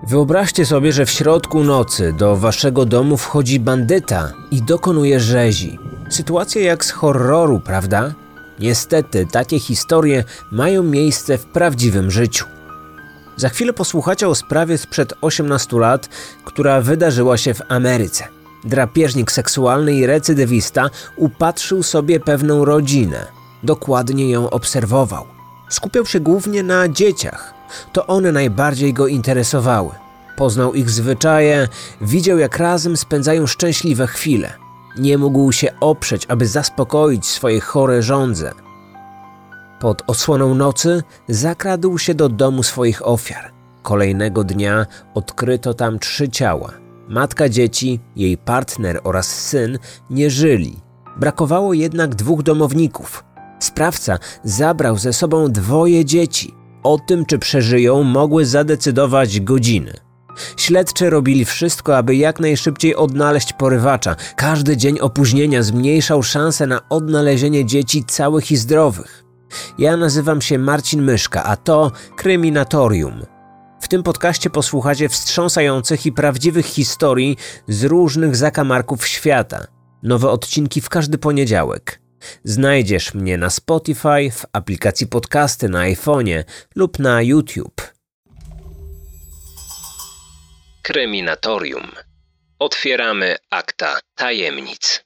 Wyobraźcie sobie, że w środku nocy do waszego domu wchodzi bandyta i dokonuje rzezi. Sytuacja jak z horroru, prawda? Niestety, takie historie mają miejsce w prawdziwym życiu. Za chwilę posłuchacie o sprawie sprzed 18 lat, która wydarzyła się w Ameryce. Drapieżnik seksualny i recydywista upatrzył sobie pewną rodzinę. Dokładnie ją obserwował. Skupiał się głównie na dzieciach. To one najbardziej go interesowały. Poznał ich zwyczaje, widział jak razem spędzają szczęśliwe chwile. Nie mógł się oprzeć, aby zaspokoić swoje chore żądze. Pod osłoną nocy zakradł się do domu swoich ofiar. Kolejnego dnia odkryto tam 3 ciała. Matka dzieci, jej partner oraz syn nie żyli. Brakowało jednak 2 domowników. Sprawca zabrał ze sobą 2 dzieci. O tym, czy przeżyją, mogły zadecydować godziny. Śledczy robili wszystko, aby jak najszybciej odnaleźć porywacza. Każdy dzień opóźnienia zmniejszał szanse na odnalezienie dzieci całych i zdrowych. Ja nazywam się Marcin Myszka, a to Kryminatorium. W tym podcaście posłuchacie wstrząsających i prawdziwych historii z różnych zakamarków świata. Nowe odcinki w każdy poniedziałek. Znajdziesz mnie na Spotify, w aplikacji podcasty na iPhone'ie lub na YouTube. Kryminatorium. Otwieramy akta tajemnic.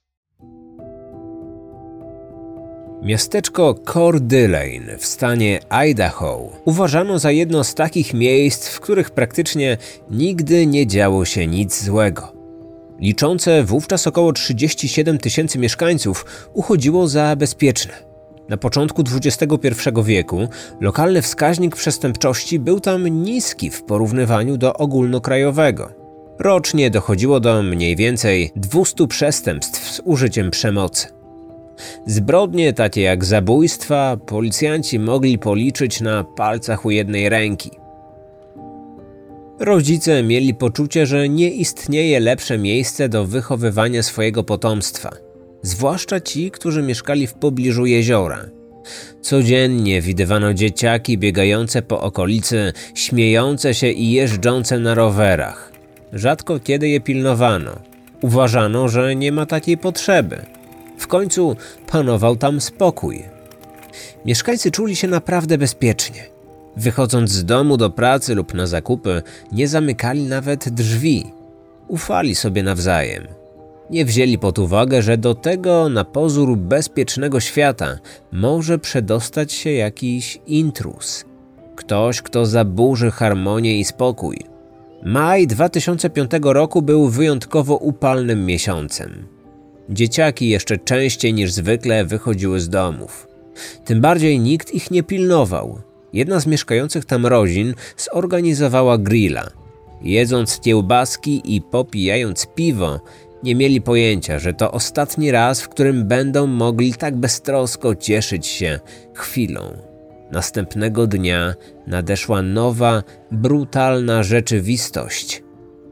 Miasteczko Coeur d'Alene w stanie Idaho uważano za jedno z takich miejsc, w których praktycznie nigdy nie działo się nic złego. Liczące wówczas około 37 000 mieszkańców uchodziło za bezpieczne. Na początku XXI wieku lokalny wskaźnik przestępczości był tam niski w porównywaniu do ogólnokrajowego. Rocznie dochodziło do mniej więcej 200 przestępstw z użyciem przemocy. Zbrodnie takie jak zabójstwa policjanci mogli policzyć na palcach u jednej ręki. Rodzice mieli poczucie, że nie istnieje lepsze miejsce do wychowywania swojego potomstwa, zwłaszcza ci, którzy mieszkali w pobliżu jeziora. Codziennie widywano dzieciaki biegające po okolicy, śmiejące się i jeżdżące na rowerach. Rzadko kiedy je pilnowano. Uważano, że nie ma takiej potrzeby. W końcu panował tam spokój. Mieszkańcy czuli się naprawdę bezpiecznie. Wychodząc z domu do pracy lub na zakupy, nie zamykali nawet drzwi. Ufali sobie nawzajem. Nie wzięli pod uwagę, że do tego na pozór bezpiecznego świata może przedostać się jakiś intruz. Ktoś, kto zaburzy harmonię i spokój. Maj 2005 roku był wyjątkowo upalnym miesiącem. Dzieciaki jeszcze częściej niż zwykle wychodziły z domów. Tym bardziej nikt ich nie pilnował. Jedna z mieszkających tam rodzin zorganizowała grilla. Jedząc kiełbaski i popijając piwo, nie mieli pojęcia, że to ostatni raz, w którym będą mogli tak beztrosko cieszyć się chwilą. Następnego dnia nadeszła nowa, brutalna rzeczywistość.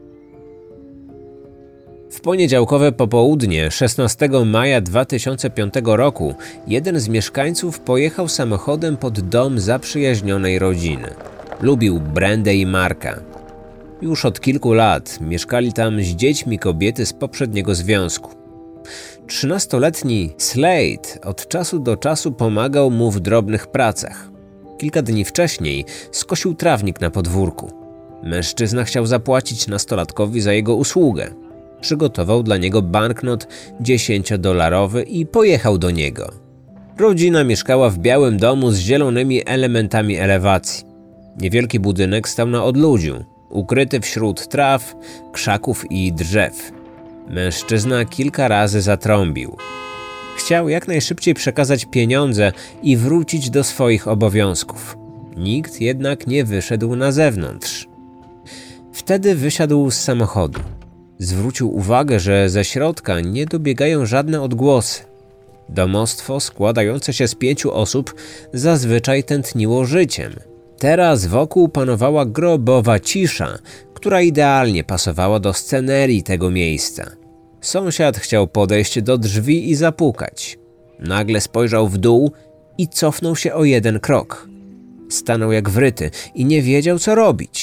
W poniedziałkowe popołudnie 16 maja 2005 roku jeden z mieszkańców pojechał samochodem pod dom zaprzyjaźnionej rodziny. Lubił Brandę i Marka. Już od kilku lat mieszkali tam z dziećmi kobiety z poprzedniego związku. 13-letni Slade od czasu do czasu pomagał mu w drobnych pracach. Kilka dni wcześniej skosił trawnik na podwórku. Mężczyzna chciał zapłacić nastolatkowi za jego usługę. Przygotował dla niego banknot $10 i pojechał do niego. Rodzina mieszkała w białym domu z zielonymi elementami elewacji. Niewielki budynek stał na odludziu, ukryty wśród traw, krzaków i drzew. Mężczyzna kilka razy zatrąbił. Chciał jak najszybciej przekazać pieniądze i wrócić do swoich obowiązków. Nikt jednak nie wyszedł na zewnątrz. Wtedy wysiadł z samochodu. Zwrócił uwagę, że ze środka nie dobiegają żadne odgłosy. Domostwo składające się z 5 osób zazwyczaj tętniło życiem. Teraz wokół panowała grobowa cisza, która idealnie pasowała do scenerii tego miejsca. Sąsiad chciał podejść do drzwi i zapukać. Nagle spojrzał w dół i cofnął się o 1 krok. Stanął jak wryty i nie wiedział, co robić.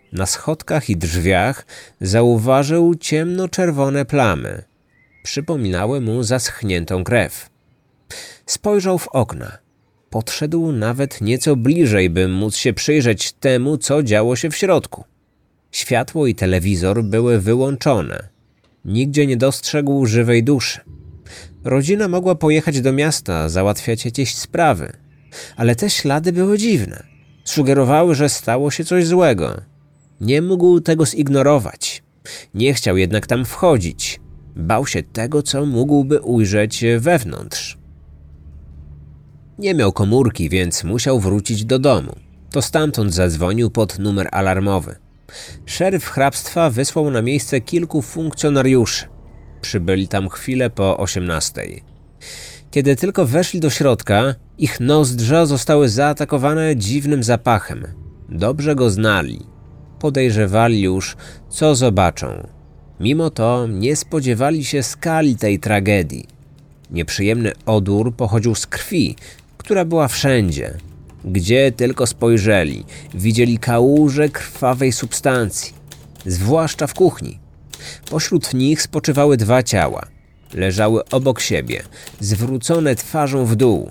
Na schodkach i drzwiach zauważył ciemnoczerwone plamy. Przypominały mu zaschniętą krew. Spojrzał w okna. Podszedł nawet nieco bliżej, by móc się przyjrzeć temu, co działo się w środku. Światło i telewizor były wyłączone. Nigdzie nie dostrzegł żywej duszy. Rodzina mogła pojechać do miasta, załatwiać jakieś sprawy. Ale te ślady były dziwne. Sugerowały, że stało się coś złego. Nie mógł tego zignorować. Nie chciał jednak tam wchodzić. Bał się tego, co mógłby ujrzeć wewnątrz. Nie miał komórki, więc musiał wrócić do domu. To stamtąd zadzwonił pod numer alarmowy. Szeryf hrabstwa wysłał na miejsce kilku funkcjonariuszy. Przybyli tam chwilę po 18:00. Kiedy tylko weszli do środka, ich nozdrza zostały zaatakowane dziwnym zapachem. Dobrze go znali. Podejrzewali już, co zobaczą. Mimo to nie spodziewali się skali tej tragedii. Nieprzyjemny odór pochodził z krwi, która była wszędzie. Gdzie tylko spojrzeli, widzieli kałuże krwawej substancji, zwłaszcza w kuchni. Pośród nich spoczywały 2 ciała. Leżały obok siebie, zwrócone twarzą w dół.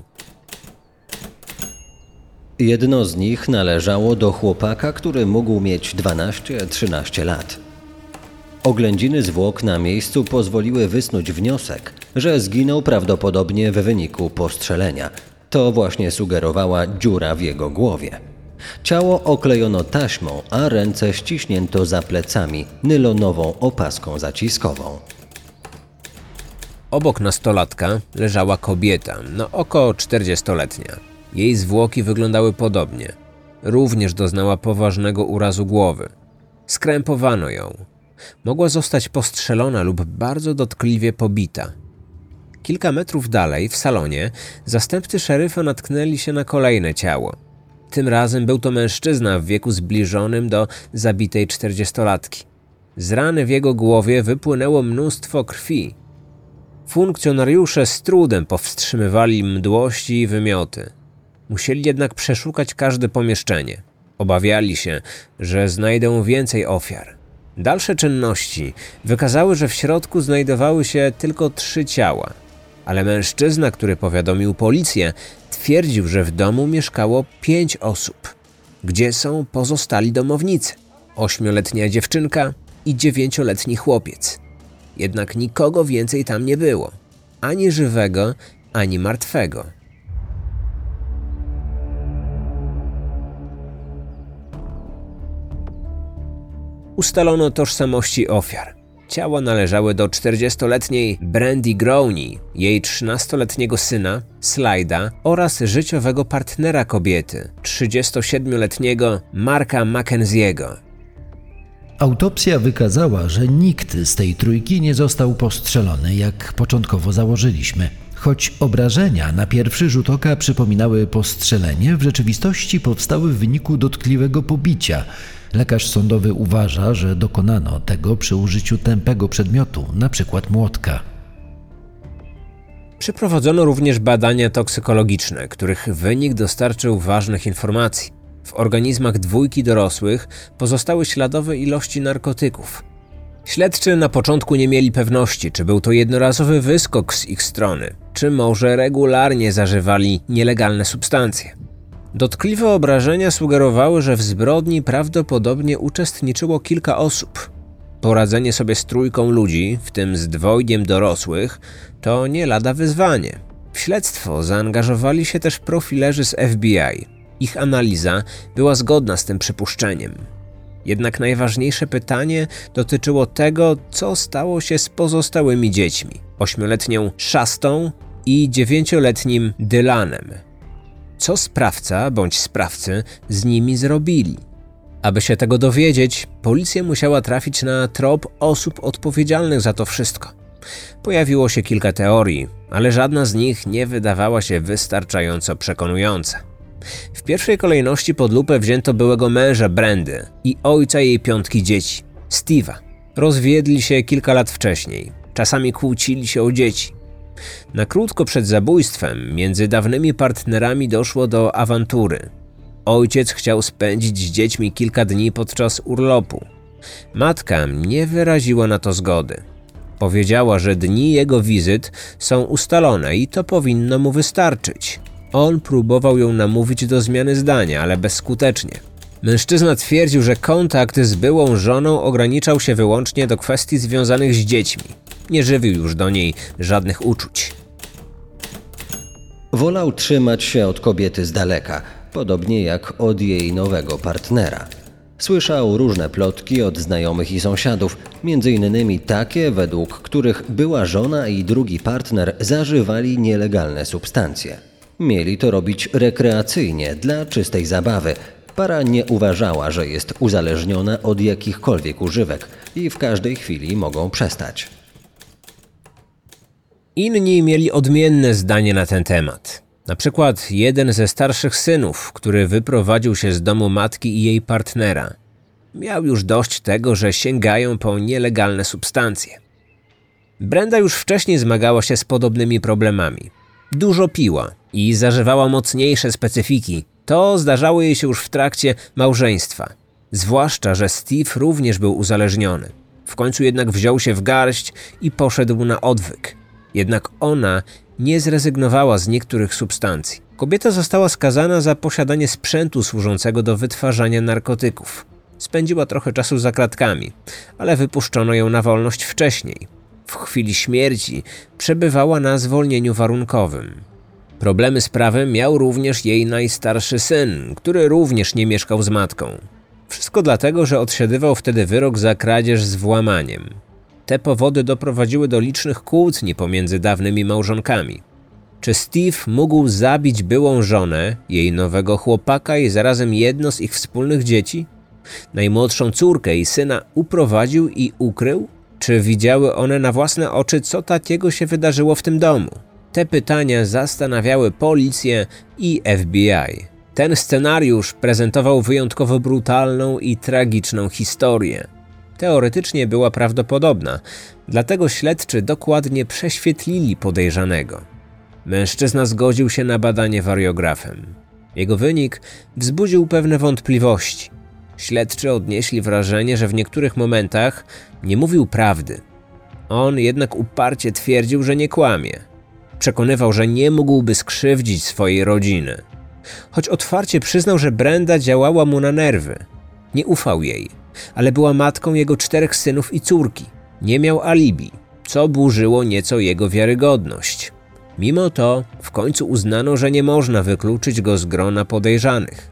Jedno z nich należało do chłopaka, który mógł mieć 12-13 lat. Oględziny zwłok na miejscu pozwoliły wysnuć wniosek, że zginął prawdopodobnie w wyniku postrzelenia. To właśnie sugerowała dziura w jego głowie. Ciało oklejono taśmą, a ręce ściśnięto za plecami nylonową opaską zaciskową. Obok nastolatka leżała kobieta, no około 40-letnia. Jej zwłoki wyglądały podobnie. Również doznała poważnego urazu głowy. Skrępowano ją. Mogła zostać postrzelona lub bardzo dotkliwie pobita. Kilka metrów dalej, w salonie, zastępcy szeryfa natknęli się na kolejne ciało. Tym razem był to mężczyzna w wieku zbliżonym do zabitej 40-latki. Z rany w jego głowie wypłynęło mnóstwo krwi. Funkcjonariusze z trudem powstrzymywali mdłości i wymioty. Musieli jednak przeszukać każde pomieszczenie. Obawiali się, że znajdą więcej ofiar. Dalsze czynności wykazały, że w środku znajdowały się tylko 3 ciała. Ale mężczyzna, który powiadomił policję, twierdził, że w domu mieszkało 5 osób. Gdzie są pozostali domownicy? 8-letnia dziewczynka i 9-letni chłopiec. Jednak nikogo więcej tam nie było. Ani żywego, ani martwego. Ustalono tożsamości ofiar. Ciała należały do 40-letniej Brandy Growney, jej 13-letniego syna, Slyda oraz życiowego partnera kobiety, 37-letniego Marka Mackenzie'ego. Autopsja wykazała, że nikt z tej trójki nie został postrzelony, jak początkowo założyliśmy. Choć obrażenia na pierwszy rzut oka przypominały postrzelenie, w rzeczywistości powstały w wyniku dotkliwego pobicia. Lekarz sądowy uważa, że dokonano tego przy użyciu tępego przedmiotu, np. młotka. Przeprowadzono również badania toksykologiczne, których wynik dostarczył ważnych informacji. W organizmach 2 dorosłych pozostały śladowe ilości narkotyków. Śledczy na początku nie mieli pewności, czy był to jednorazowy wyskok z ich strony, czy może regularnie zażywali nielegalne substancje. Dotkliwe obrażenia sugerowały, że w zbrodni prawdopodobnie uczestniczyło kilka osób. Poradzenie sobie z 3 ludzi, w tym z 2 dorosłych, to nie lada wyzwanie. W śledztwo zaangażowali się też profilerzy z FBI. Ich analiza była zgodna z tym przypuszczeniem. Jednak najważniejsze pytanie dotyczyło tego, co stało się z pozostałymi dziećmi. 8-letnią Shastą i 9-letnim Dylanem. Co sprawca bądź sprawcy z nimi zrobili? Aby się tego dowiedzieć, policja musiała trafić na trop osób odpowiedzialnych za to wszystko. Pojawiło się kilka teorii, ale żadna z nich nie wydawała się wystarczająco przekonująca. W pierwszej kolejności pod lupę wzięto byłego męża Brandy i ojca jej 5 dzieci, Steve'a. Rozwiedli się kilka lat wcześniej. Czasami kłócili się o dzieci. Na krótko przed zabójstwem między dawnymi partnerami doszło do awantury. ojciec chciał spędzić z dziećmi kilka dni podczas urlopu. Matka nie wyraziła na to zgody. Powiedziała, że dni jego wizyt są ustalone i to powinno mu wystarczyć. On próbował ją namówić do zmiany zdania, ale bezskutecznie. Mężczyzna twierdził, że kontakt z byłą żoną ograniczał się wyłącznie do kwestii związanych z dziećmi. Nie żywił już do niej żadnych uczuć. Wolał trzymać się od kobiety z daleka, podobnie jak od jej nowego partnera. Słyszał różne plotki od znajomych i sąsiadów, m.in. takie, według których była żona i drugi partner zażywali nielegalne substancje. Mieli to robić rekreacyjnie, dla czystej zabawy. Para nie uważała, że jest uzależniona od jakichkolwiek używek i w każdej chwili mogą przestać. Inni mieli odmienne zdanie na ten temat. Na przykład jeden ze starszych synów, który wyprowadził się z domu matki i jej partnera. Miał już dość tego, że sięgają po nielegalne substancje. Brenda już wcześniej zmagała się z podobnymi problemami. Dużo piła i zażywała mocniejsze specyfiki. To zdarzało jej się już w trakcie małżeństwa. Zwłaszcza, że Steve również był uzależniony. W końcu jednak wziął się w garść i poszedł na odwyk. Jednak ona nie zrezygnowała z niektórych substancji. Kobieta została skazana za posiadanie sprzętu służącego do wytwarzania narkotyków. Spędziła trochę czasu za kratkami, ale wypuszczono ją na wolność wcześniej. W chwili śmierci przebywała na zwolnieniu warunkowym. Problemy z prawem miał również jej najstarszy syn, który również nie mieszkał z matką. Wszystko dlatego, że odsiadywał wtedy wyrok za kradzież z włamaniem. Te powody doprowadziły do licznych kłótni pomiędzy dawnymi małżonkami. Czy Steve mógł zabić byłą żonę, jej nowego chłopaka i zarazem jedno z ich wspólnych dzieci? Najmłodszą córkę i syna uprowadził i ukrył? Czy widziały one na własne oczy, co takiego się wydarzyło w tym domu? Te pytania zastanawiały policję i FBI. Ten scenariusz prezentował wyjątkowo brutalną i tragiczną historię. Teoretycznie była prawdopodobna, dlatego śledczy dokładnie prześwietlili podejrzanego. Mężczyzna zgodził się na badanie wariografem. Jego wynik wzbudził pewne wątpliwości. Śledczy odnieśli wrażenie, że w niektórych momentach nie mówił prawdy. On jednak uparcie twierdził, że nie kłamie. Przekonywał, że nie mógłby skrzywdzić swojej rodziny. Choć otwarcie przyznał, że Brenda działała mu na nerwy. Nie ufał jej, ale była matką jego 4 synów i córki. Nie miał alibi, co burzyło nieco jego wiarygodność. Mimo to w końcu uznano, że nie można wykluczyć go z grona podejrzanych.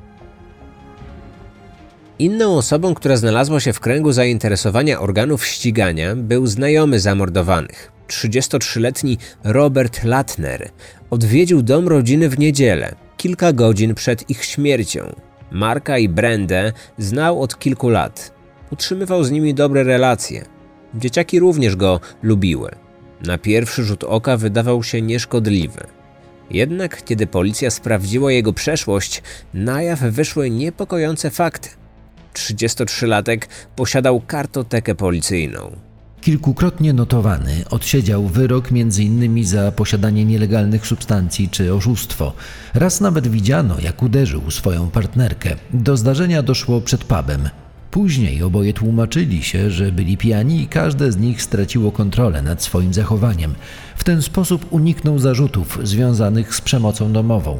Inną osobą, która znalazła się w kręgu zainteresowania organów ścigania, był znajomy zamordowanych. 33-letni Robert Latner odwiedził dom rodziny w niedzielę, kilka godzin przed ich śmiercią. Marka i Brendę znał od kilku lat. Utrzymywał z nimi dobre relacje. Dzieciaki również go lubiły. Na pierwszy rzut oka wydawał się nieszkodliwy. Jednak kiedy policja sprawdziła jego przeszłość, na jaw wyszły niepokojące fakty. 33-latek posiadał kartotekę policyjną. Kilkukrotnie notowany, odsiedział wyrok m.in. za posiadanie nielegalnych substancji czy oszustwo. Raz nawet widziano, jak uderzył swoją partnerkę. Do zdarzenia doszło przed pubem. Później oboje tłumaczyli się, że byli pijani i każde z nich straciło kontrolę nad swoim zachowaniem. W ten sposób uniknął zarzutów związanych z przemocą domową.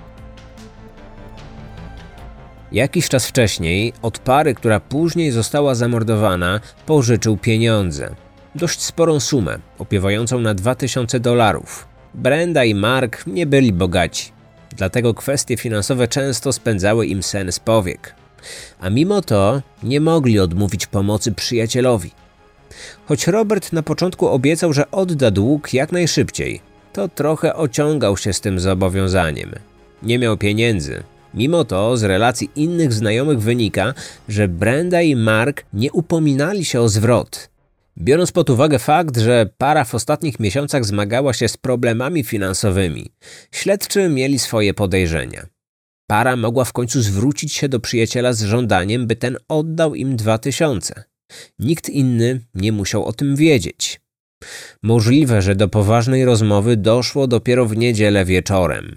Jakiś czas wcześniej od pary, która później została zamordowana, pożyczył pieniądze. Dość sporą sumę, opiewającą na $2000. Brenda i Mark nie byli bogaci, dlatego kwestie finansowe często spędzały im sen z powiek. A mimo to nie mogli odmówić pomocy przyjacielowi. Choć Robert na początku obiecał, że odda dług jak najszybciej, to trochę ociągał się z tym zobowiązaniem. Nie miał pieniędzy. Mimo to z relacji innych znajomych wynika, że Brenda i Mark nie upominali się o zwrot. Biorąc pod uwagę fakt, że para w ostatnich miesiącach zmagała się z problemami finansowymi, śledczy mieli swoje podejrzenia. Para mogła w końcu zwrócić się do przyjaciela z żądaniem, by ten oddał im 2000. Nikt inny nie musiał o tym wiedzieć. Możliwe, że do poważnej rozmowy doszło dopiero w niedzielę wieczorem.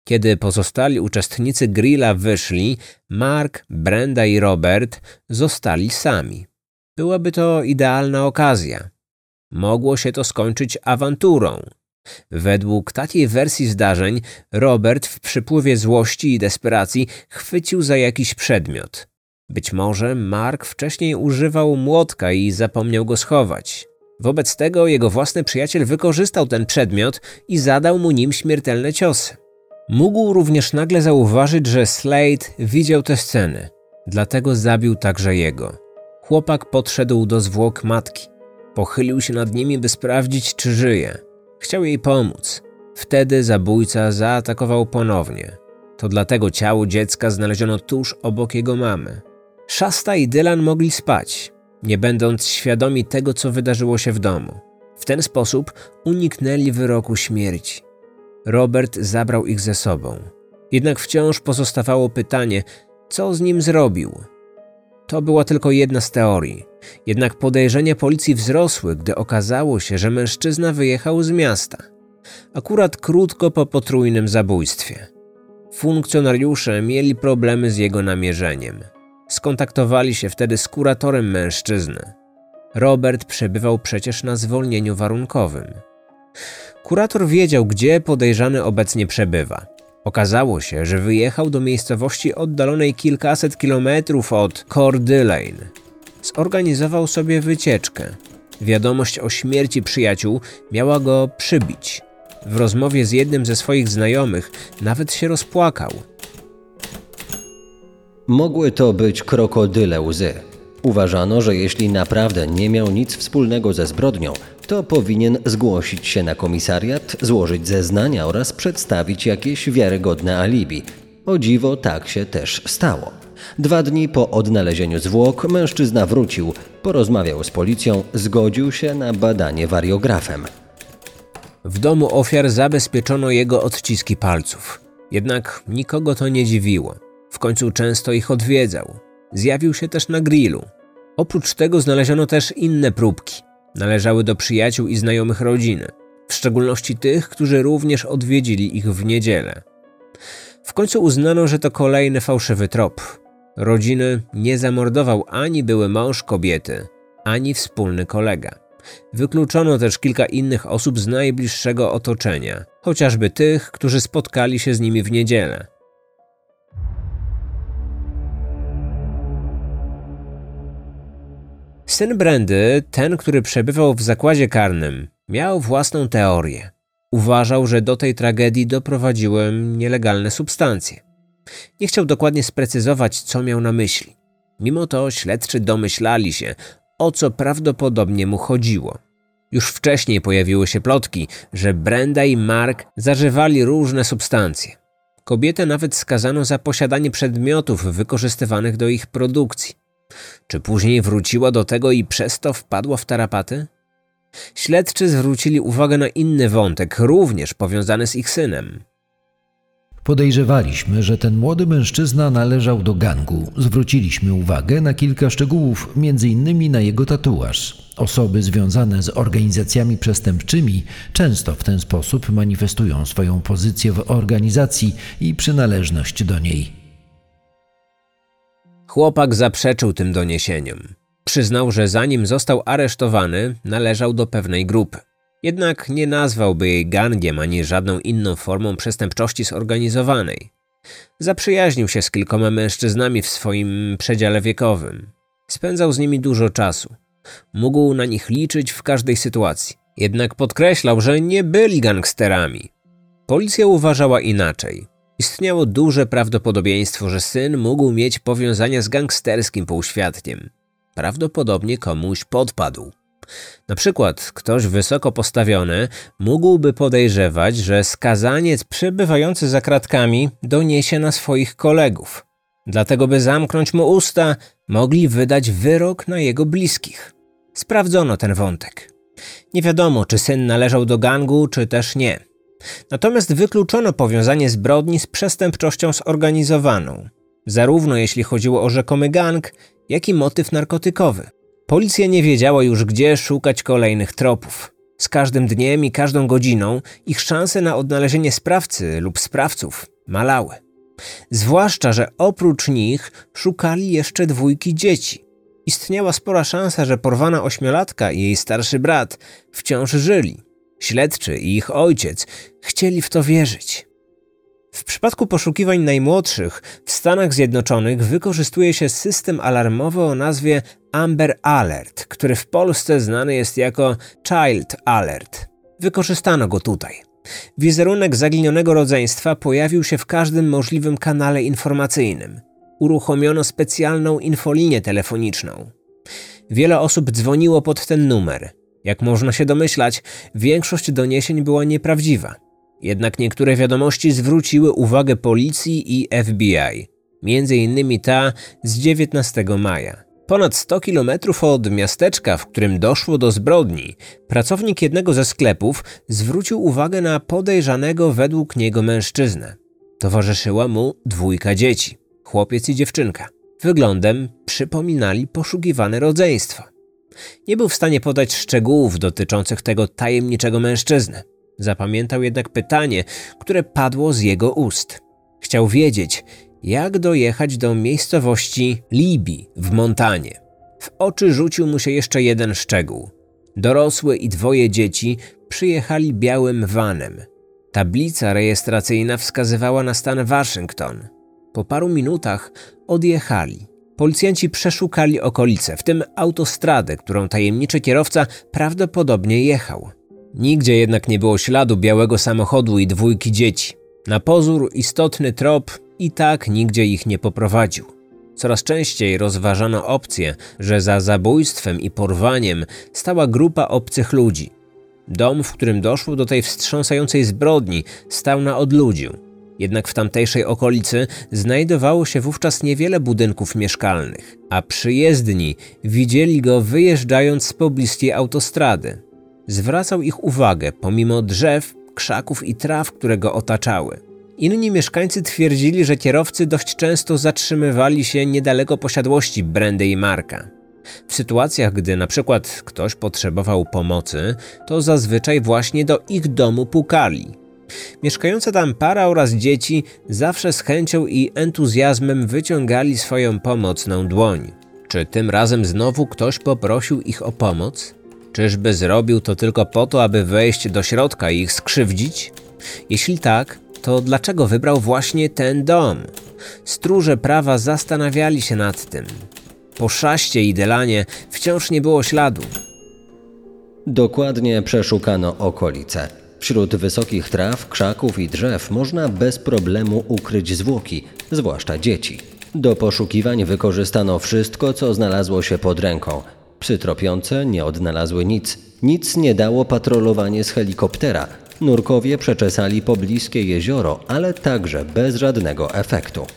Kiedy pozostali uczestnicy grilla wyszli, Mark, Brenda i Robert zostali sami. Byłaby to idealna okazja. Mogło się to skończyć awanturą. Według takiej wersji zdarzeń Robert w przypływie złości i desperacji chwycił za jakiś przedmiot. Być może Mark wcześniej używał młotka i zapomniał go schować. Wobec tego jego własny przyjaciel wykorzystał ten przedmiot i zadał mu nim śmiertelne ciosy. Mógł również nagle zauważyć, że Slade widział tę scenę, dlatego zabił także jego. Chłopak podszedł do zwłok matki. Pochylił się nad nimi, by sprawdzić, czy żyje. Chciał jej pomóc. Wtedy zabójca zaatakował ponownie. To dlatego ciało dziecka znaleziono tuż obok jego mamy. Shasta i Dylan mogli spać, nie będąc świadomi tego, co wydarzyło się w domu. W ten sposób uniknęli wyroku śmierci. Robert zabrał ich ze sobą. Jednak wciąż pozostawało pytanie, co z nim zrobił. To była tylko jedna z teorii. Jednak podejrzenia policji wzrosły, gdy okazało się, że mężczyzna wyjechał z miasta. Akurat krótko po potrójnym zabójstwie. Funkcjonariusze mieli problemy z jego namierzeniem. Skontaktowali się wtedy z kuratorem mężczyzny. Robert przebywał przecież na zwolnieniu warunkowym. Kurator wiedział, gdzie podejrzany obecnie przebywa. Okazało się, że wyjechał do miejscowości oddalonej kilkaset kilometrów od Cordy Lane. Zorganizował sobie wycieczkę. Wiadomość o śmierci przyjaciół miała go przybić. W rozmowie z jednym ze swoich znajomych nawet się rozpłakał. Mogły to być krokodyle łzy. Uważano, że jeśli naprawdę nie miał nic wspólnego ze zbrodnią, to powinien zgłosić się na komisariat, złożyć zeznania oraz przedstawić jakieś wiarygodne alibi. O dziwo, tak się też stało. 2 dni po odnalezieniu zwłok mężczyzna wrócił, porozmawiał z policją, zgodził się na badanie wariografem. W domu ofiar zabezpieczono jego odciski palców. Jednak nikogo to nie dziwiło. W końcu często ich odwiedzał. Zjawił się też na grillu. Oprócz tego znaleziono też inne próbki. Należały do przyjaciół i znajomych rodziny. W szczególności tych, którzy również odwiedzili ich w niedzielę. W końcu uznano, że to kolejny fałszywy trop. Rodziny nie zamordował ani były mąż kobiety, ani wspólny kolega. Wykluczono też kilka innych osób z najbliższego otoczenia, chociażby tych, którzy spotkali się z nimi w niedzielę. Syn Brendy, ten, który przebywał w zakładzie karnym, miał własną teorię. Uważał, że do tej tragedii doprowadziły nielegalne substancje. Nie chciał dokładnie sprecyzować, co miał na myśli. Mimo to śledczy domyślali się, o co prawdopodobnie mu chodziło. Już wcześniej pojawiły się plotki, że Brenda i Mark zażywali różne substancje. Kobietę nawet skazano za posiadanie przedmiotów wykorzystywanych do ich produkcji. Czy później wróciła do tego i przez to wpadła w tarapaty? Śledczy zwrócili uwagę na inny wątek, również powiązany z ich synem. Podejrzewaliśmy, że ten młody mężczyzna należał do gangu. Zwróciliśmy uwagę na kilka szczegółów, m.in. na jego tatuaż. Osoby związane z organizacjami przestępczymi często w ten sposób manifestują swoją pozycję w organizacji i przynależność do niej. Chłopak zaprzeczył tym doniesieniom. Przyznał, że zanim został aresztowany, należał do pewnej grupy. Jednak nie nazwałby jej gangiem ani żadną inną formą przestępczości zorganizowanej. Zaprzyjaźnił się z kilkoma mężczyznami w swoim przedziale wiekowym. Spędzał z nimi dużo czasu. Mógł na nich liczyć w każdej sytuacji. Jednak podkreślał, że nie byli gangsterami. Policja uważała inaczej. Istniało duże prawdopodobieństwo, że syn mógł mieć powiązania z gangsterskim półświadkiem. Prawdopodobnie komuś podpadł. Na przykład ktoś wysoko postawiony mógłby podejrzewać, że skazaniec przebywający za kratkami doniesie na swoich kolegów. Dlatego, by zamknąć mu usta, mogli wydać wyrok na jego bliskich. Sprawdzono ten wątek. Nie wiadomo, czy syn należał do gangu, czy też nie. Natomiast wykluczono powiązanie zbrodni z przestępczością zorganizowaną, zarówno jeśli chodziło o rzekomy gang, jak i motyw narkotykowy. Policja nie wiedziała już, gdzie szukać kolejnych tropów. Z każdym dniem i każdą godziną ich szanse na odnalezienie sprawcy lub sprawców malały. Zwłaszcza, że oprócz nich szukali jeszcze 2 dzieci. Istniała spora szansa, że porwana 8-latka i jej starszy brat wciąż żyli. Śledczy i ich ojciec chcieli w to wierzyć. W przypadku poszukiwań najmłodszych w Stanach Zjednoczonych wykorzystuje się system alarmowy o nazwie Amber Alert, który w Polsce znany jest jako Child Alert. Wykorzystano go tutaj. Wizerunek zaginionego rodzeństwa pojawił się w każdym możliwym kanale informacyjnym. Uruchomiono specjalną infolinię telefoniczną. Wiele osób dzwoniło pod ten numer. Jak można się domyślać, większość doniesień była nieprawdziwa. Jednak niektóre wiadomości zwróciły uwagę policji i FBI. Między innymi ta z 19 maja. Ponad 100 kilometrów od miasteczka, w którym doszło do zbrodni, pracownik jednego ze sklepów zwrócił uwagę na podejrzanego według niego mężczyznę. Towarzyszyła mu 2 dzieci, chłopiec i dziewczynka. Wyglądem przypominali poszukiwane rodzeństwo. Nie był w stanie podać szczegółów dotyczących tego tajemniczego mężczyzny. Zapamiętał jednak pytanie, które padło z jego ust. Chciał wiedzieć, jak dojechać do miejscowości Libby w Montanie. W oczy rzucił mu się jeszcze jeden szczegół. Dorosły i 2 dzieci przyjechali białym vanem. Tablica rejestracyjna wskazywała na stan Waszyngton. Po paru minutach odjechali. Policjanci przeszukali okolice, w tym autostradę, którą tajemniczy kierowca prawdopodobnie jechał. Nigdzie jednak nie było śladu białego samochodu i 2 dzieci. Na pozór istotny trop i tak nigdzie ich nie poprowadził. Coraz częściej rozważano opcję, że za zabójstwem i porwaniem stała grupa obcych ludzi. Dom, w którym doszło do tej wstrząsającej zbrodni, stał na odludziu. Jednak w tamtejszej okolicy znajdowało się wówczas niewiele budynków mieszkalnych, a przyjezdni widzieli go wyjeżdżając z pobliskiej autostrady. Zwracał ich uwagę pomimo drzew, krzaków i traw, które go otaczały. Inni mieszkańcy twierdzili, że kierowcy dość często zatrzymywali się niedaleko posiadłości Brandy i Marka. W sytuacjach, gdy na przykład ktoś potrzebował pomocy, to zazwyczaj właśnie do ich domu pukali. Mieszkająca tam para oraz dzieci zawsze z chęcią i entuzjazmem wyciągali swoją pomocną dłoń. Czy tym razem znowu ktoś poprosił ich o pomoc? Czyżby zrobił to tylko po to, aby wejść do środka i ich skrzywdzić? Jeśli tak, to dlaczego wybrał właśnie ten dom? Stróże prawa zastanawiali się nad tym. Po Szaście i Delanie wciąż nie było śladu. Dokładnie przeszukano okolice. Wśród wysokich traw, krzaków i drzew można bez problemu ukryć zwłoki, zwłaszcza dzieci. Do poszukiwań wykorzystano wszystko, co znalazło się pod ręką. Psy tropiące nie odnalazły nic. Nic nie dało patrolowanie z helikoptera. Nurkowie przeczesali pobliskie jezioro, ale także bez żadnego efektu.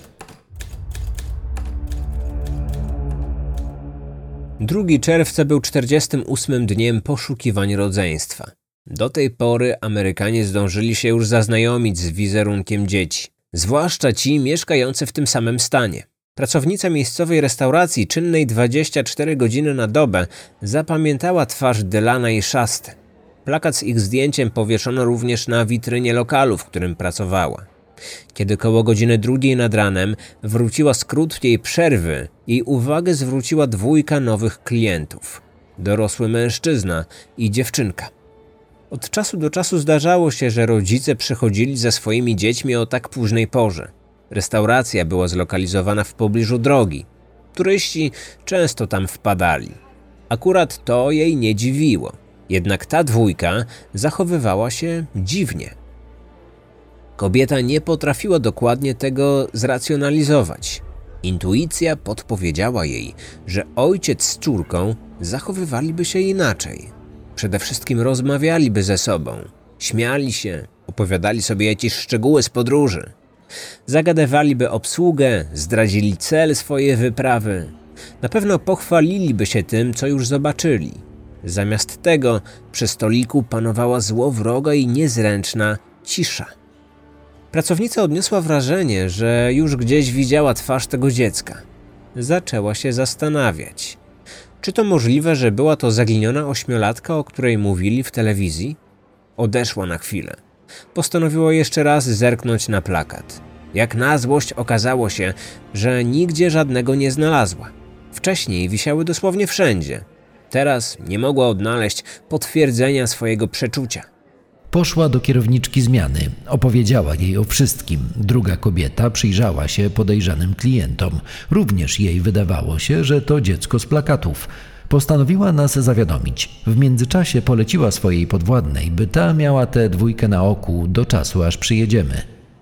2 czerwca był 48 dniem poszukiwań rodzeństwa. Do tej pory Amerykanie zdążyli się już zaznajomić z wizerunkiem dzieci, zwłaszcza ci mieszkający w tym samym stanie. Pracownica miejscowej restauracji, czynnej 24 godziny na dobę, zapamiętała twarz Delana i Shasty. Plakat z ich zdjęciem powieszono również na witrynie lokalu, w którym pracowała. Kiedy koło godziny 2 nad ranem wróciła z krótkiej przerwy, jej uwagę zwróciła 2 nowych klientów. Dorosły mężczyzna i dziewczynka. Od czasu do czasu zdarzało się, że rodzice przychodzili ze swoimi dziećmi o tak późnej porze. Restauracja była zlokalizowana w pobliżu drogi. Turyści często tam wpadali. Akurat to jej nie dziwiło. Jednak ta 2 zachowywała się dziwnie. Kobieta nie potrafiła dokładnie tego zracjonalizować. Intuicja podpowiedziała jej, że ojciec z córką zachowywaliby się inaczej. Przede wszystkim rozmawialiby ze sobą, śmiali się, opowiadali sobie jakieś szczegóły z podróży. Zagadywaliby obsługę, zdradzili cel swojej wyprawy. Na pewno pochwaliliby się tym, co już zobaczyli. Zamiast tego przy stoliku panowała złowroga i niezręczna cisza. Pracownica odniosła wrażenie, że już gdzieś widziała twarz tego dziecka. Zaczęła się zastanawiać. Czy to możliwe, że była to zaginiona 8-latka, o której mówili w telewizji? Odeszła na chwilę. Postanowiła jeszcze raz zerknąć na plakat. Jak na złość okazało się, że nigdzie żadnego nie znalazła. Wcześniej wisiały dosłownie wszędzie. Teraz nie mogła odnaleźć potwierdzenia swojego przeczucia. Poszła do kierowniczki zmiany, opowiedziała jej o wszystkim. Druga kobieta przyjrzała się podejrzanym klientom. Również jej wydawało się, że to dziecko z plakatów. Postanowiła nas zawiadomić. W międzyczasie poleciła swojej podwładnej, by ta miała tę dwójkę na oku do czasu, aż przyjedziemy.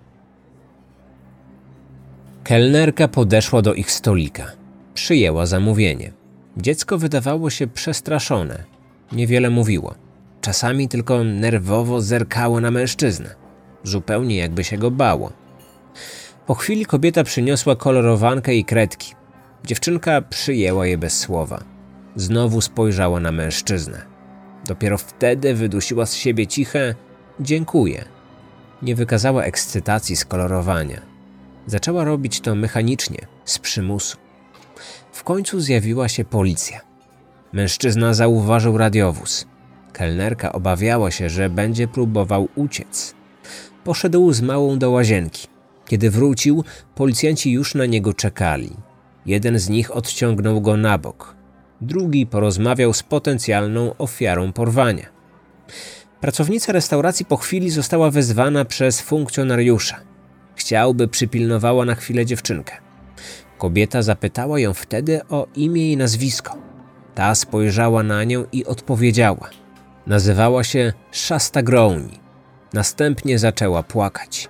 Kelnerka podeszła do ich stolika. Przyjęła zamówienie. Dziecko wydawało się przestraszone. Niewiele mówiło. Czasami tylko nerwowo zerkało na mężczyznę. Zupełnie jakby się go bało. Po chwili kobieta przyniosła kolorowankę i kredki. Dziewczynka przyjęła je bez słowa. Znowu spojrzała na mężczyznę. Dopiero wtedy wydusiła z siebie ciche „dziękuję”. Nie wykazała ekscytacji z kolorowania. Zaczęła robić to mechanicznie, z przymusu. W końcu zjawiła się policja. Mężczyzna zauważył radiowóz. Kelnerka obawiała się, że będzie próbował uciec. Poszedł z małą do łazienki. Kiedy wrócił, policjanci już na niego czekali. Jeden z nich odciągnął go na bok. Drugi porozmawiał z potencjalną ofiarą porwania. Pracownica restauracji po chwili została wezwana przez funkcjonariusza. Chciał, by przypilnowała na chwilę dziewczynkę. Kobieta zapytała ją wtedy o imię i nazwisko. Ta spojrzała na nią i odpowiedziała. Nazywała się Shasta Growney. Następnie zaczęła płakać.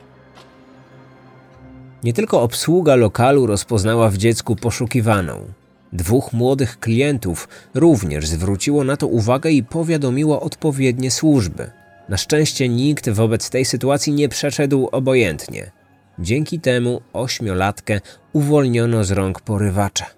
Nie tylko obsługa lokalu rozpoznała w dziecku poszukiwaną. 2 młodych klientów również zwróciło na to uwagę i powiadomiło odpowiednie służby. Na szczęście nikt wobec tej sytuacji nie przeszedł obojętnie. Dzięki temu 8-latkę uwolniono z rąk porywacza.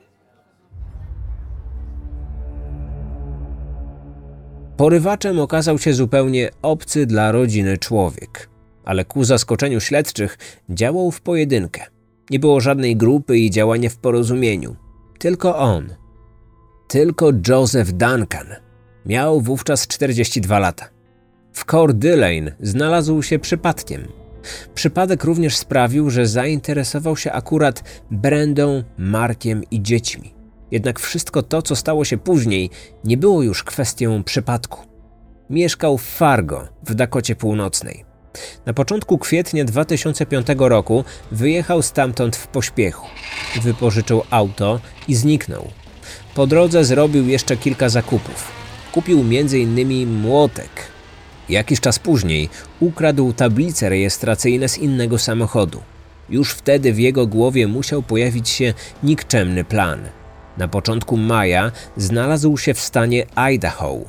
Porywaczem okazał się zupełnie obcy dla rodziny człowiek. Ale ku zaskoczeniu śledczych działał w pojedynkę. Nie było żadnej grupy i działania w porozumieniu. Tylko on. Tylko Joseph Duncan. Miał wówczas 42 lata. W Coeur d'Alene znalazł się przypadkiem. Przypadek również sprawił, że zainteresował się akurat Brendą, Markiem i dziećmi. Jednak wszystko to, co stało się później, nie było już kwestią przypadku. Mieszkał w Fargo, w Dakocie Północnej. Na początku kwietnia 2005 roku wyjechał stamtąd w pośpiechu. Wypożyczył auto i zniknął. Po drodze zrobił jeszcze kilka zakupów. Kupił m.in. młotek. Jakiś czas później ukradł tablice rejestracyjne z innego samochodu. Już wtedy w jego głowie musiał pojawić się nikczemny plan. Na początku maja znalazł się w stanie Idaho.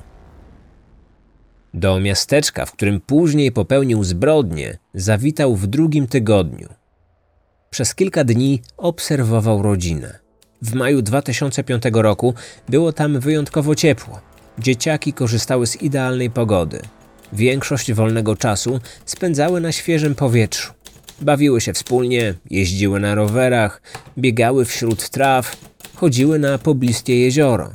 Do miasteczka, w którym później popełnił zbrodnię, zawitał w 2. tygodniu. Przez kilka dni obserwował rodzinę. W maju 2005 roku było tam wyjątkowo ciepło. Dzieciaki korzystały z idealnej pogody. Większość wolnego czasu spędzały na świeżym powietrzu. Bawiły się wspólnie, jeździły na rowerach, biegały wśród traw, chodziły na pobliskie jezioro.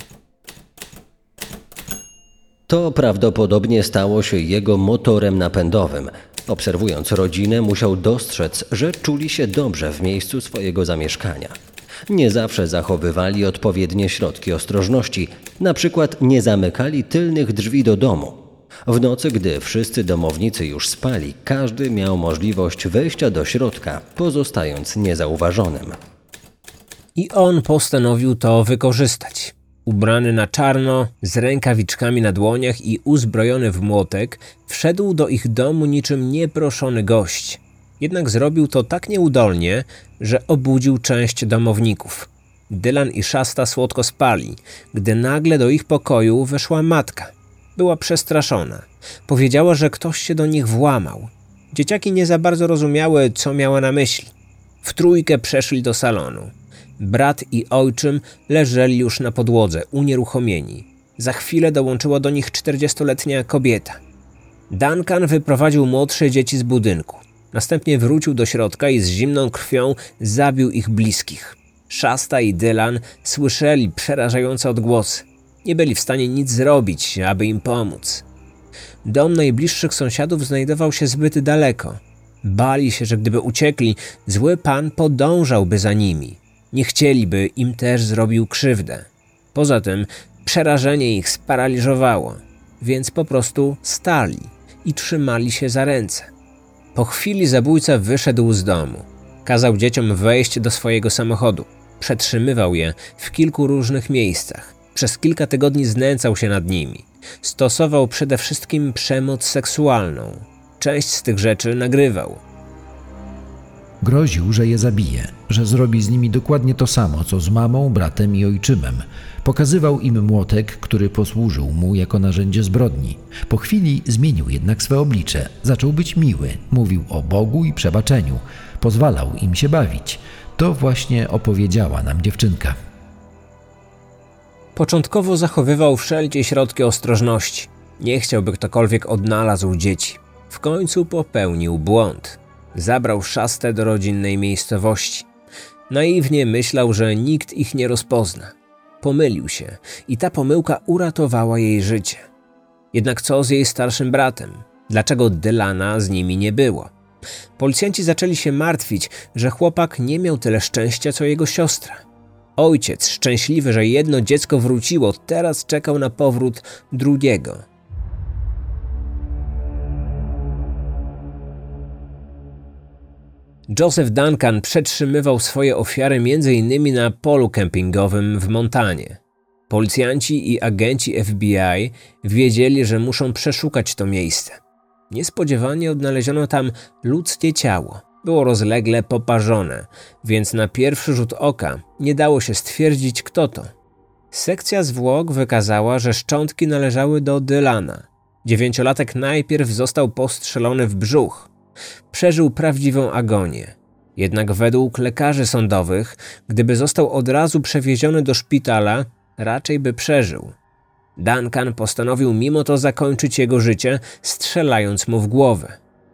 To prawdopodobnie stało się jego motorem napędowym. Obserwując rodzinę, musiał dostrzec, że czuli się dobrze w miejscu swojego zamieszkania. Nie zawsze zachowywali odpowiednie środki ostrożności, na przykład nie zamykali tylnych drzwi do domu. W nocy, gdy wszyscy domownicy już spali, każdy miał możliwość wejścia do środka, pozostając niezauważonym. I on postanowił to wykorzystać. Ubrany na czarno, z rękawiczkami na dłoniach i uzbrojony w młotek, wszedł do ich domu niczym nieproszony gość. Jednak zrobił to tak nieudolnie, że obudził część domowników. Dylan i Shasta słodko spali, gdy nagle do ich pokoju weszła matka. Była przestraszona. Powiedziała, że ktoś się do nich włamał. Dzieciaki nie za bardzo rozumiały, co miała na myśli. W trójkę przeszli do salonu. Brat i ojczym leżeli już na podłodze, unieruchomieni. Za chwilę dołączyła do nich 40-letnia kobieta. Duncan wyprowadził młodsze dzieci z budynku. Następnie wrócił do środka i z zimną krwią zabił ich bliskich. Shasta i Dylan słyszeli przerażające odgłosy. Nie byli w stanie nic zrobić, aby im pomóc. Dom najbliższych sąsiadów znajdował się zbyt daleko. Bali się, że gdyby uciekli, zły pan podążałby za nimi. Nie chcieli, by im też zrobił krzywdę. Poza tym przerażenie ich sparaliżowało, więc po prostu stali i trzymali się za ręce. Po chwili zabójca wyszedł z domu. Kazał dzieciom wejść do swojego samochodu. Przetrzymywał je w kilku różnych miejscach. Przez kilka tygodni znęcał się nad nimi. Stosował przede wszystkim przemoc seksualną. Część z tych rzeczy nagrywał. Groził, że je zabije, że zrobi z nimi dokładnie to samo, co z mamą, bratem i ojczymem. Pokazywał im młotek, który posłużył mu jako narzędzie zbrodni. Po chwili zmienił jednak swe oblicze. Zaczął być miły, mówił o Bogu i przebaczeniu. Pozwalał im się bawić. To właśnie opowiedziała nam dziewczynka. Początkowo zachowywał wszelkie środki ostrożności. Nie chciał, by ktokolwiek odnalazł dzieci. W końcu popełnił błąd. Zabrał Shastę do rodzinnej miejscowości. Naiwnie myślał, że nikt ich nie rozpozna. Pomylił się i ta pomyłka uratowała jej życie. Jednak co z jej starszym bratem? Dlaczego Dylana z nimi nie było? Policjanci zaczęli się martwić, że chłopak nie miał tyle szczęścia, co jego siostra. Ojciec, szczęśliwy, że jedno dziecko wróciło, teraz czekał na powrót drugiego. Joseph Duncan przetrzymywał swoje ofiary m.in. na polu kempingowym w Montanie. Policjanci i agenci FBI wiedzieli, że muszą przeszukać to miejsce. Niespodziewanie odnaleziono tam ludzkie ciało. Było rozlegle poparzone, więc na pierwszy rzut oka nie dało się stwierdzić, kto to. Sekcja zwłok wykazała, że szczątki należały do Dylana. 9-latek najpierw został postrzelony w brzuch. Przeżył prawdziwą agonię. Jednak według lekarzy sądowych, gdyby został od razu przewieziony do szpitala, raczej by przeżył. Duncan postanowił mimo to zakończyć jego życie, strzelając mu w głowę.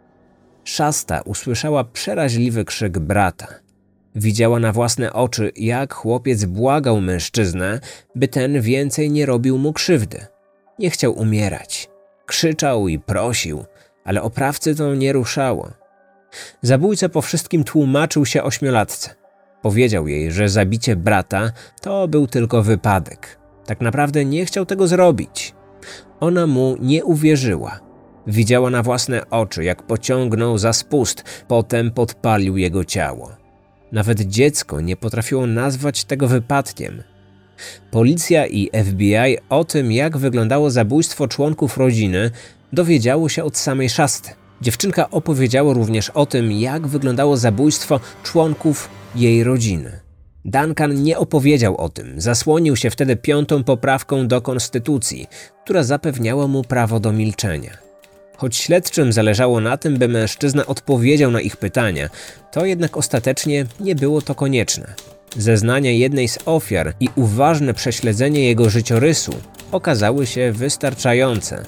Shasta usłyszała przeraźliwy krzyk brata. Widziała na własne oczy, jak chłopiec błagał mężczyznę, by ten więcej nie robił mu krzywdy. Nie chciał umierać. Krzyczał i prosił, ale oprawcy to nie ruszało. Zabójca po wszystkim tłumaczył się 8-latce. Powiedział jej, że zabicie brata to był tylko wypadek. Tak naprawdę nie chciał tego zrobić. Ona mu nie uwierzyła. Widziała na własne oczy, jak pociągnął za spust, potem podpalił jego ciało. Nawet dziecko nie potrafiło nazwać tego wypadkiem. Policja i FBI o tym, jak wyglądało zabójstwo członków rodziny, dowiedziało się od samej Shasty. Dziewczynka opowiedziała również o tym, jak wyglądało zabójstwo członków jej rodziny. Duncan nie opowiedział o tym, zasłonił się wtedy 5. poprawką do konstytucji, która zapewniała mu prawo do milczenia. Choć śledczym zależało na tym, by mężczyzna odpowiedział na ich pytania, to jednak ostatecznie nie było to konieczne. Zeznania jednej z ofiar i uważne prześledzenie jego życiorysu okazały się wystarczające.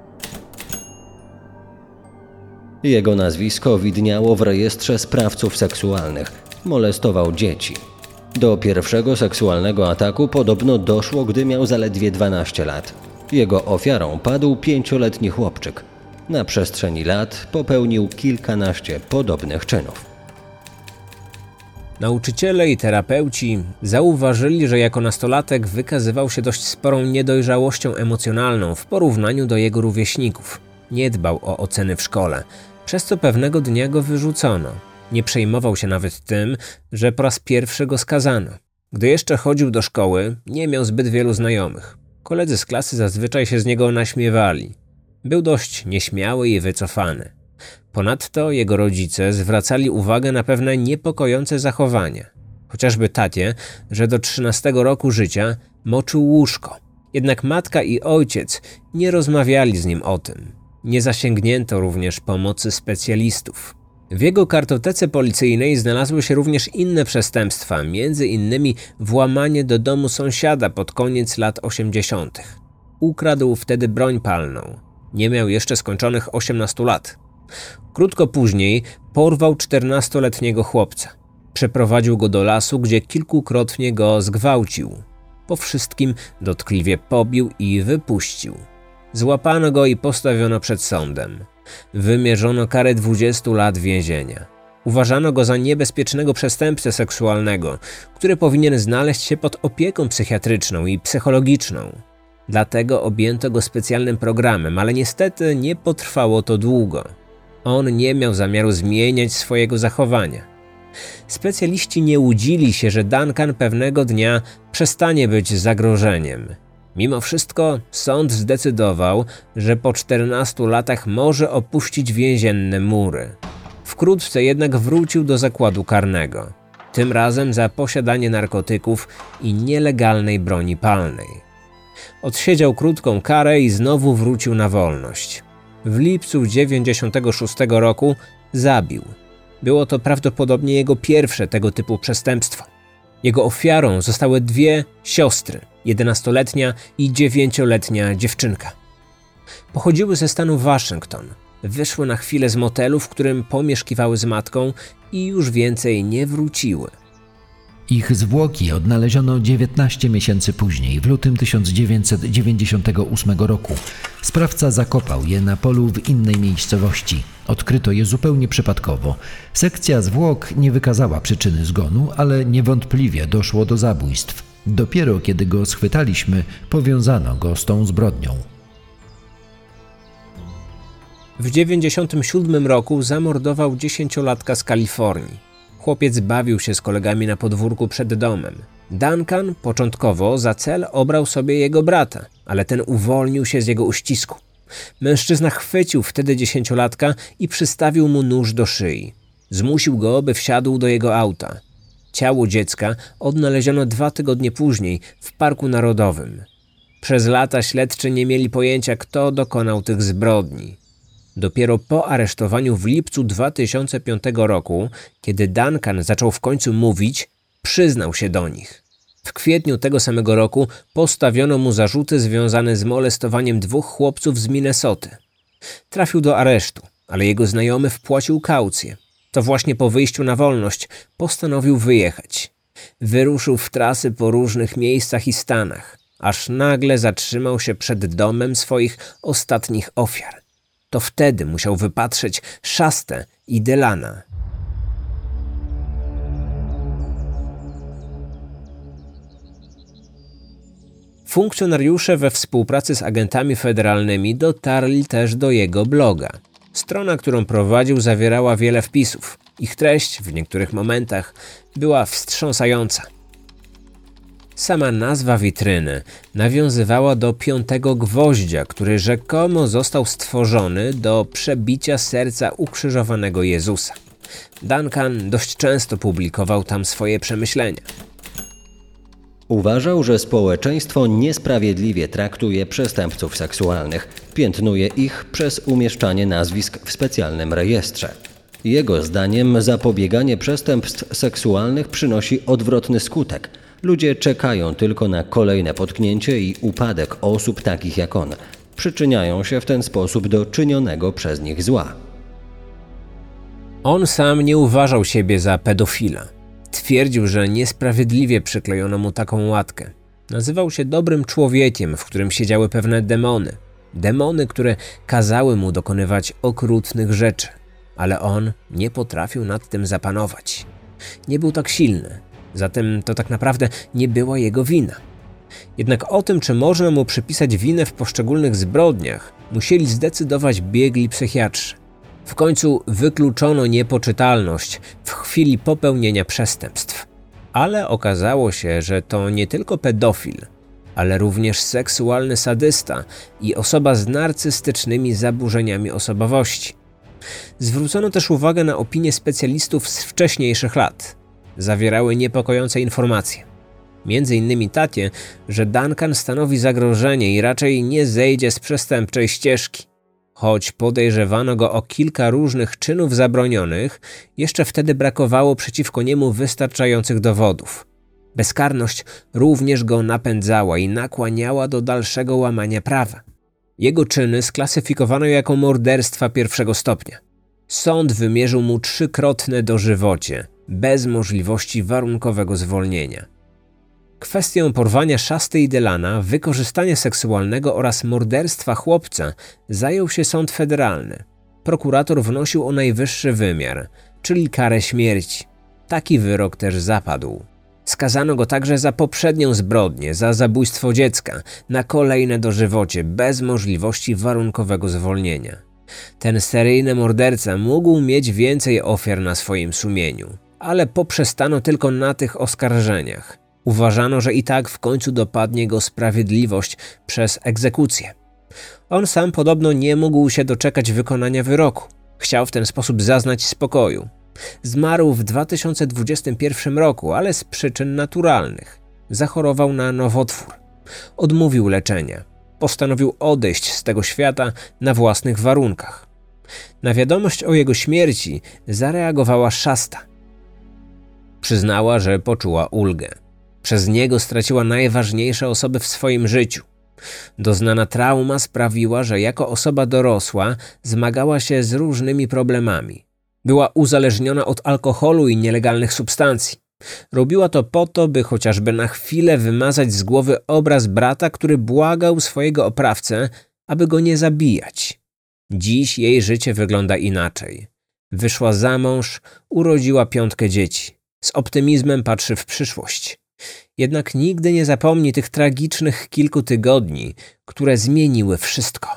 Jego nazwisko widniało w rejestrze sprawców seksualnych. Molestował dzieci. Do pierwszego seksualnego ataku podobno doszło, gdy miał zaledwie 12 lat. Jego ofiarą padł 5-letni chłopczyk. Na przestrzeni lat popełnił kilkanaście podobnych czynów. Nauczyciele i terapeuci zauważyli, że jako nastolatek wykazywał się dość sporą niedojrzałością emocjonalną w porównaniu do jego rówieśników. Nie dbał o oceny w szkole, przez co pewnego dnia go wyrzucono. Nie przejmował się nawet tym, że po raz pierwszy go skazano. Gdy jeszcze chodził do szkoły, nie miał zbyt wielu znajomych. Koledzy z klasy zazwyczaj się z niego naśmiewali. Był dość nieśmiały i wycofany. Ponadto jego rodzice zwracali uwagę na pewne niepokojące zachowania. Chociażby takie, że do 13 roku życia moczył łóżko. Jednak matka i ojciec nie rozmawiali z nim o tym. Nie zasięgnięto również pomocy specjalistów. W jego kartotece policyjnej znalazły się również inne przestępstwa, m.in. włamanie do domu sąsiada pod koniec lat 80. Ukradł wtedy broń palną. Nie miał jeszcze skończonych 18 lat. Krótko później porwał 14-letniego chłopca. Przeprowadził go do lasu, gdzie kilkukrotnie go zgwałcił. Po wszystkim dotkliwie pobił i wypuścił. Złapano go i postawiono przed sądem. Wymierzono karę 20 lat więzienia. Uważano go za niebezpiecznego przestępcę seksualnego, który powinien znaleźć się pod opieką psychiatryczną i psychologiczną. Dlatego objęto go specjalnym programem, ale niestety nie potrwało to długo. On nie miał zamiaru zmieniać swojego zachowania. Specjaliści nie łudzili się, że Duncan pewnego dnia przestanie być zagrożeniem. Mimo wszystko sąd zdecydował, że po 14 latach może opuścić więzienne mury. Wkrótce jednak wrócił do zakładu karnego. Tym razem za posiadanie narkotyków i nielegalnej broni palnej. Odsiedział krótką karę i znowu wrócił na wolność. W lipcu 1996 roku zabił. Było to prawdopodobnie jego pierwsze tego typu przestępstwo. Jego ofiarą zostały 2 siostry, 11-letnia i 9-letnia dziewczynka. Pochodziły ze stanu Waszyngton. Wyszły na chwilę z motelu, w którym pomieszkiwały z matką i już więcej nie wróciły. Ich zwłoki odnaleziono 19 miesięcy później, w lutym 1998 roku. Sprawca zakopał je na polu w innej miejscowości. Odkryto je zupełnie przypadkowo. Sekcja zwłok nie wykazała przyczyny zgonu, ale niewątpliwie doszło do zabójstw. Dopiero kiedy go schwytaliśmy, powiązano go z tą zbrodnią. W 1997 roku zamordował 10-latka z Kalifornii. Chłopiec bawił się z kolegami na podwórku przed domem. Duncan początkowo za cel obrał sobie jego brata, ale ten uwolnił się z jego uścisku. Mężczyzna chwycił wtedy 10-latka i przystawił mu nóż do szyi. Zmusił go, by wsiadł do jego auta. Ciało dziecka odnaleziono 2 tygodnie później w Parku Narodowym. Przez lata śledczy nie mieli pojęcia, kto dokonał tych zbrodni. Dopiero po aresztowaniu w lipcu 2005 roku, kiedy Duncan zaczął w końcu mówić, przyznał się do nich. W kwietniu tego samego roku postawiono mu zarzuty związane z molestowaniem 2 chłopców z Minnesoty. Trafił do aresztu, ale jego znajomy wpłacił kaucję. To właśnie po wyjściu na wolność postanowił wyjechać. Wyruszył w trasy po różnych miejscach i stanach, aż nagle zatrzymał się przed domem swoich ostatnich ofiar. To wtedy musiał wypatrzeć Shastę i Delana. Funkcjonariusze we współpracy z agentami federalnymi dotarli też do jego bloga. Strona, którą prowadził, zawierała wiele wpisów. Ich treść w niektórych momentach była wstrząsająca. Sama nazwa witryny nawiązywała do 5. gwoździa, który rzekomo został stworzony do przebicia serca ukrzyżowanego Jezusa. Duncan dość często publikował tam swoje przemyślenia. Uważał, że społeczeństwo niesprawiedliwie traktuje przestępców seksualnych, piętnuje ich przez umieszczanie nazwisk w specjalnym rejestrze. Jego zdaniem zapobieganie przestępstw seksualnych przynosi odwrotny skutek. Ludzie czekają tylko na kolejne potknięcie i upadek osób takich jak on. Przyczyniają się w ten sposób do czynionego przez nich zła. On sam nie uważał siebie za pedofila. Twierdził, że niesprawiedliwie przyklejono mu taką łatkę. Nazywał się dobrym człowiekiem, w którym siedziały pewne demony. Demony, które kazały mu dokonywać okrutnych rzeczy. Ale on nie potrafił nad tym zapanować. Nie był tak silny. Zatem to tak naprawdę nie była jego wina. Jednak o tym, czy można mu przypisać winę w poszczególnych zbrodniach, musieli zdecydować biegli psychiatrzy. W końcu wykluczono niepoczytalność w chwili popełnienia przestępstw. Ale okazało się, że to nie tylko pedofil, ale również seksualny sadysta i osoba z narcystycznymi zaburzeniami osobowości. Zwrócono też uwagę na opinie specjalistów z wcześniejszych lat. Zawierały niepokojące informacje. Między innymi takie, że Duncan stanowi zagrożenie i raczej nie zejdzie z przestępczej ścieżki. Choć podejrzewano go o kilka różnych czynów zabronionych, jeszcze wtedy brakowało przeciwko niemu wystarczających dowodów. Bezkarność również go napędzała i nakłaniała do dalszego łamania prawa. Jego czyny sklasyfikowano jako morderstwa 1. stopnia. Sąd wymierzył mu 3-krotne dożywocie, bez możliwości warunkowego zwolnienia. Kwestią porwania Shasty i Delana, wykorzystania seksualnego oraz morderstwa chłopca zajął się sąd federalny. prokurator wnosił o najwyższy wymiar, czyli karę śmierci. Taki wyrok też zapadł. Skazano go także za poprzednią zbrodnię, za zabójstwo dziecka, na kolejne dożywocie, bez możliwości warunkowego zwolnienia. Ten seryjny morderca mógł mieć więcej ofiar na swoim sumieniu, ale poprzestano tylko na tych oskarżeniach. Uważano, że i tak w końcu dopadnie go sprawiedliwość przez egzekucję. On sam podobno nie mógł się doczekać wykonania wyroku. Chciał w ten sposób zaznać spokoju. Zmarł w 2021 roku, ale z przyczyn naturalnych. Zachorował na nowotwór. Odmówił leczenia. Postanowił odejść z tego świata na własnych warunkach. Na wiadomość o jego śmierci zareagowała Shasta. Przyznała, że poczuła ulgę. Przez niego straciła najważniejsze osoby w swoim życiu. Doznana trauma sprawiła, że jako osoba dorosła zmagała się z różnymi problemami. Była uzależniona od alkoholu i nielegalnych substancji. Robiła to po to, by chociażby na chwilę wymazać z głowy obraz brata, który błagał swojego oprawcę, aby go nie zabijać. Dziś jej życie wygląda inaczej. Wyszła za mąż, urodziła 5 dzieci. Z optymizmem patrzy w przyszłość. Jednak nigdy nie zapomni tych tragicznych kilku tygodni, które zmieniły wszystko.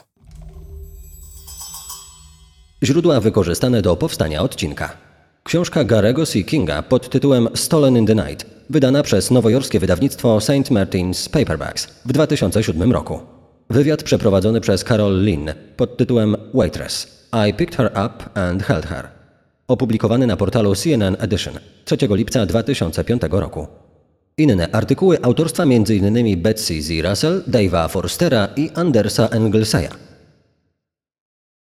Źródła wykorzystane do powstania odcinka. Książka Garego C. Kinga pod tytułem Stolen in the Night, wydana przez nowojorskie wydawnictwo St. Martin's Paperbacks w 2007 roku. Wywiad przeprowadzony przez Carol Lynn pod tytułem Waitress. I picked her up and held her. Opublikowany na portalu CNN Edition 3 lipca 2005 roku. Inne artykuły autorstwa m.in. Betsy Z. Russell, Dave'a Forstera i Andersa Engelseya.